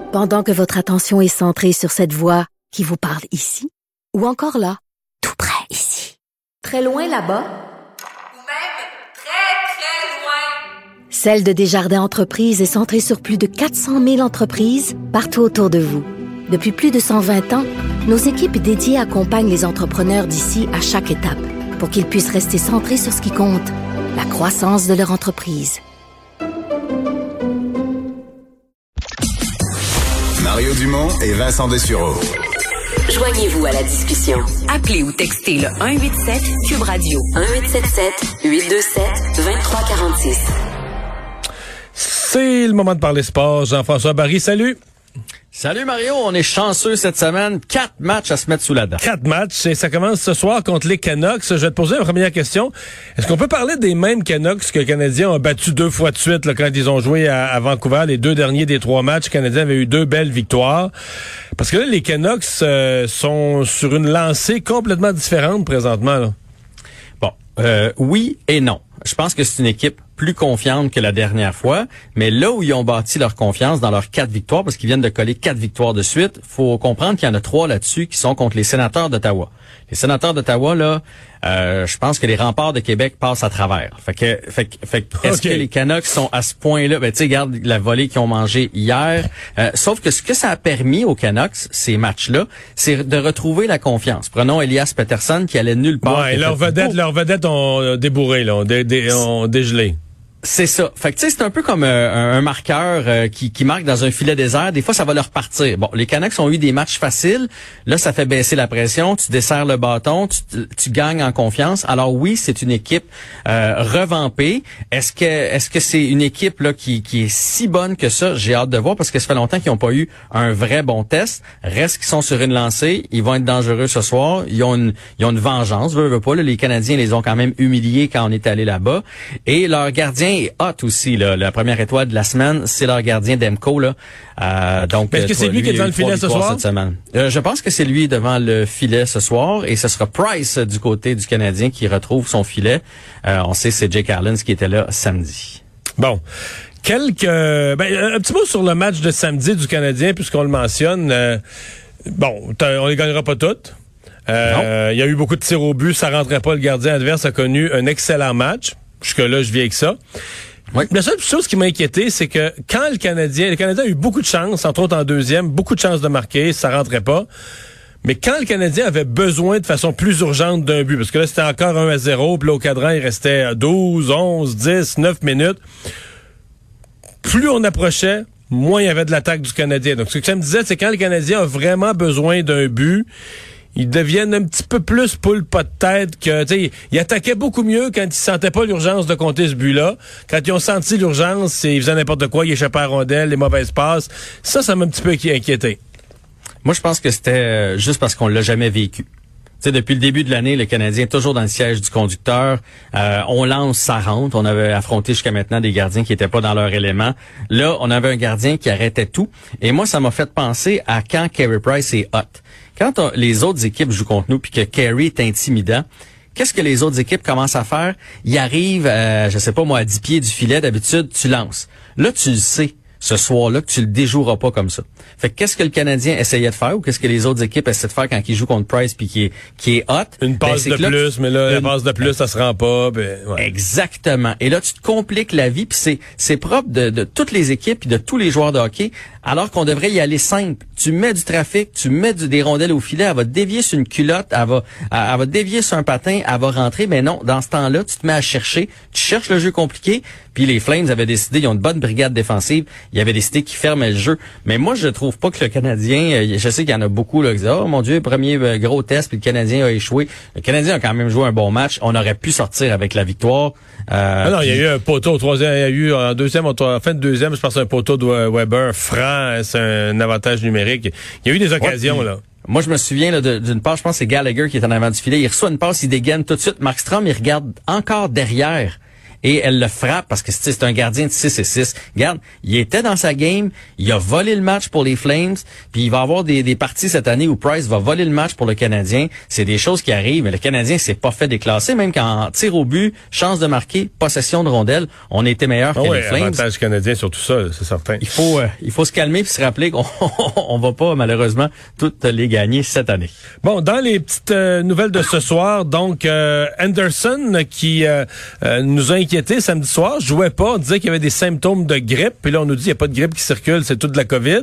Pendant que votre attention est centrée sur cette voix qui vous parle ici, ou encore là, tout près ici, très loin là-bas, ou même très, très loin. Celle de Desjardins Entreprises est centrée sur plus de 400 000 entreprises partout autour de vous. Depuis plus de 120 ans, nos équipes dédiées accompagnent les entrepreneurs d'ici à chaque étape pour qu'ils puissent rester centrés sur ce qui compte, la croissance de leur entreprise. Mario Dumont et Vincent Dessureau. Joignez-vous à la discussion. Appelez ou textez le 187 Cube Radio 1877 827 2346. C'est le moment de parler sport. Jean-François Barry, salut. Salut Mario, on est chanceux cette semaine. 4 matchs à se mettre sous la dent. 4 matchs et ça commence ce soir contre les Canucks. Je vais te poser la première question. Est-ce qu'on peut parler des mêmes Canucks que les Canadiens ont battu 2 fois de suite là, quand ils ont joué à Vancouver? Les 2 derniers des 3 matchs, les Canadiens avaient eu 2 belles victoires. Parce que là, les Canucks sont sur une lancée complètement différente présentement. Là. Bon, oui et non. Je pense que c'est une équipe plus confiante que la dernière fois, mais là où ils ont bâti leur confiance dans leurs 4 victoires, parce qu'ils viennent de coller 4 victoires de suite, faut comprendre qu'il y en a 3 là-dessus qui sont contre les Sénateurs d'Ottawa. Les Sénateurs d'Ottawa, là, je pense que les remparts de Québec passent à travers. Fait que est-ce que les Canucks sont à ce point-là? Ben, tu sais, regarde la volée qu'ils ont mangée hier. Sauf que ce que ça a permis aux Canucks, ces matchs-là, c'est de retrouver la confiance. Prenons Elias Pettersson qui allait nulle part. Ouais, leurs vedettes ont débourré, là, ont dégelé. C'est ça. Fait que tu sais, c'est un peu comme un marqueur qui marque dans un filet désert. Des fois, ça va leur partir. Bon, les Canucks ont eu des matchs faciles. Là, ça fait baisser la pression. Tu desserres le bâton. Tu gagnes en confiance. Alors oui, c'est une équipe revampée. Est-ce que c'est une équipe là qui est si bonne que ça? J'ai hâte de voir parce que ça fait longtemps qu'ils n'ont pas eu un vrai bon test. Reste qu'ils sont sur une lancée. Ils vont être dangereux ce soir. Ils ont une vengeance. Veux pas, là, les Canadiens les ont quand même humiliés quand on est allé là-bas. Et leur gardien est hot aussi, là. La première étoile de la semaine, c'est leur gardien Demko, là. Donc, est-ce que c'est lui qui est devant le filet ce soir? Cette semaine. Je pense que c'est lui devant le filet ce soir et ce sera Price du côté du Canadien qui retrouve son filet. On sait c'est Jake Allen qui était là samedi. Bon. Un petit mot sur le match de samedi du Canadien puisqu'on le mentionne. On les gagnera pas toutes. Il y a eu beaucoup de tirs au but, ça rentrait pas. Le gardien adverse a connu un excellent match. Jusque-là, je vis avec ça. Oui. La seule chose qui m'a inquiété, c'est que quand le Canadien a eu beaucoup de chance, entre autres en deuxième, beaucoup de chances de marquer, ça rentrait pas. Mais quand le Canadien avait besoin de façon plus urgente d'un but, parce que là, c'était encore 1-0, puis là, au cadran, il restait 12, 11, 10, 9 minutes. Plus on approchait, moins il y avait de l'attaque du Canadien. Donc, ce que ça me disait, c'est quand le Canadien a vraiment besoin d'un but, ils deviennent un petit peu plus poule pas de tête que, tu sais, ils attaquaient beaucoup mieux quand ils sentaient pas l'urgence de compter ce but-là. Quand ils ont senti l'urgence, ils faisaient n'importe quoi, ils échappaient à la rondelle, les mauvaises passes. Ça m'a un petit peu inquiété. Moi, je pense que c'était juste parce qu'on l'a jamais vécu. Tu sais, depuis le début de l'année, le Canadien est toujours dans le siège du conducteur. On lance, ça rentre. On avait affronté jusqu'à maintenant des gardiens qui étaient pas dans leur élément. Là, on avait un gardien qui arrêtait tout. Et moi, ça m'a fait penser à quand Carey Price est hot. Quand les autres équipes jouent contre nous puis que Carey est intimidant, qu'est-ce que les autres équipes commencent à faire? Ils arrivent, à 10 pieds du filet. D'habitude, tu lances. Là, tu le sais. Ce soir-là, que tu le déjoueras pas comme ça. Fait que qu'est-ce que le Canadien essayait de faire ou qu'est-ce que les autres équipes essaient de faire quand ils jouent contre Price puis qui est hot? Une passe de plus, mais là, la passe de plus, ça se rend pas. Ouais. Exactement. Et là, tu te compliques la vie puis c'est propre de toutes les équipes et de tous les joueurs de hockey, alors qu'on devrait y aller simple. Tu mets du trafic, tu mets des rondelles au filet, elle va dévier sur une culotte, elle va dévier sur un patin, elle va rentrer, mais non, dans ce temps-là, tu te mets à chercher, tu cherches le jeu compliqué, puis les Flames avaient décidé, ils ont une bonne brigade défensive, ils avaient décidé qu'ils fermaient le jeu. Mais moi, je trouve pas que le Canadien, je sais qu'il y en a beaucoup là qui disent, oh mon Dieu, premier gros test, puis le Canadien a échoué. Le Canadien a quand même joué un bon match, on aurait pu sortir avec la victoire. Non, il y a eu un poteau au troisième, il y a eu en deuxième, en fin de deuxième, je pense un poteau de Weber franc, c'est un avantage numérique. Il y a eu des occasions, là. Moi, je me souviens là, d'une passe, je pense que c'est Gallagher qui est en avant du filet. Il reçoit une passe, il dégaine tout de suite. Markstrom, il regarde encore derrière. et elle le frappe parce que c'est un gardien de 6-6. Regarde, il était dans sa game, il a volé le match pour les Flames, puis il va avoir des parties cette année où Price va voler le match pour le Canadien. C'est des choses qui arrivent, mais le Canadien s'est pas fait déclasser, même quand tir au but, chance de marquer, possession de rondelle, on était meilleur que les Flames. Avantage canadien sur tout ça, c'est certain. Il faut se calmer puis se rappeler qu'on on va pas malheureusement toutes les gagner cette année. Bon, dans les petites nouvelles de ce soir, donc Anderson qui nous a inquiétés samedi soir, jouait pas, on disait qu'il y avait des symptômes de grippe, puis là on nous dit qu'il n'y a pas de grippe qui circule, c'est toute de la COVID.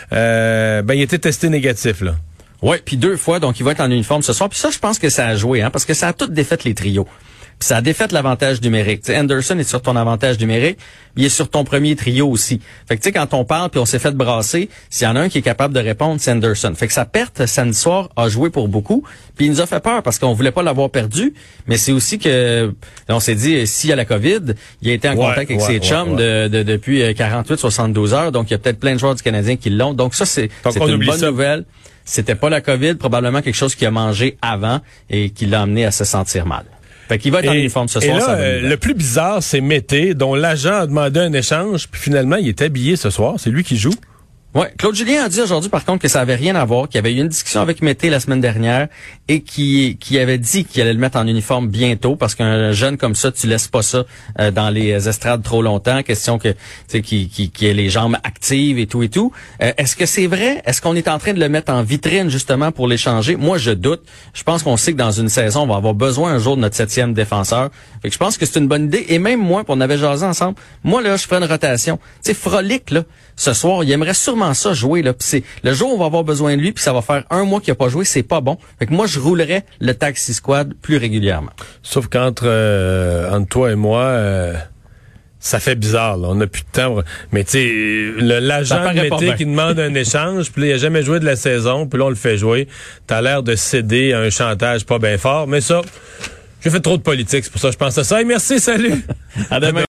Il était testé négatif là. Ouais, puis 2 fois, donc il va être en uniforme ce soir. Puis ça, je pense que ça a joué, parce que ça a tout défait les trios. Puis ça a défait l'avantage numérique. T'sais, Anderson est sur ton avantage numérique, il est sur ton premier trio aussi. Fait que tu sais, quand on parle puis on s'est fait brasser, s'il y en a un qui est capable de répondre, c'est Anderson. Fait que sa perte samedi soir a joué pour beaucoup. Puis il nous a fait peur parce qu'on voulait pas l'avoir perdu, mais c'est aussi que on s'est dit s'il y a la COVID, il a été en contact avec ses chums depuis 48-72 heures, donc il y a peut-être plein de joueurs du Canadien qui l'ont. Donc ça c'est une bonne nouvelle. C'était pas la COVID, probablement quelque chose qu'il a mangé avant et qui l'a amené à se sentir mal. Fait qu'il va être en uniforme ce soir. Et là, le plus bizarre, c'est Mété, dont l'agent a demandé un échange, puis finalement, il est habillé ce soir. C'est lui qui joue. Ouais, Claude Julien a dit aujourd'hui par contre que ça avait rien à voir, qu'il y avait eu une discussion avec Mété la semaine dernière et qui avait dit qu'il allait le mettre en uniforme bientôt parce qu'un jeune comme ça, tu laisses pas ça dans les estrades trop longtemps, question que tu sais qui ait les jambes actives et tout et tout. Est-ce que c'est vrai? Est-ce qu'on est en train de le mettre en vitrine justement pour l'échanger? Moi, je doute. Je pense qu'on sait que dans une saison, on va avoir besoin un jour de notre 7e défenseur. Fait que je pense que c'est une bonne idée et même moi, puis on avait jasé ensemble. Moi là, je ferais une rotation. Tu sais, Frolic là, ce soir, il aimerait sûrement ça jouer là, puis c'est le jour où on va avoir besoin de lui, puis ça va faire 1 mois qu'il a pas joué, c'est pas bon. Fait que moi je roulerais le taxi squad plus régulièrement. Sauf qu'entre toi et moi, ça fait bizarre là. On n'a plus de temps. Mais tu sais, l'agent de Mété qui demande un échange, puis là, il a jamais joué de la saison, puis là on le fait jouer. T'as l'air de céder à un chantage pas bien fort, mais ça, j'ai fait trop de politique, c'est pour ça que je pense à ça. Et merci, salut. À demain.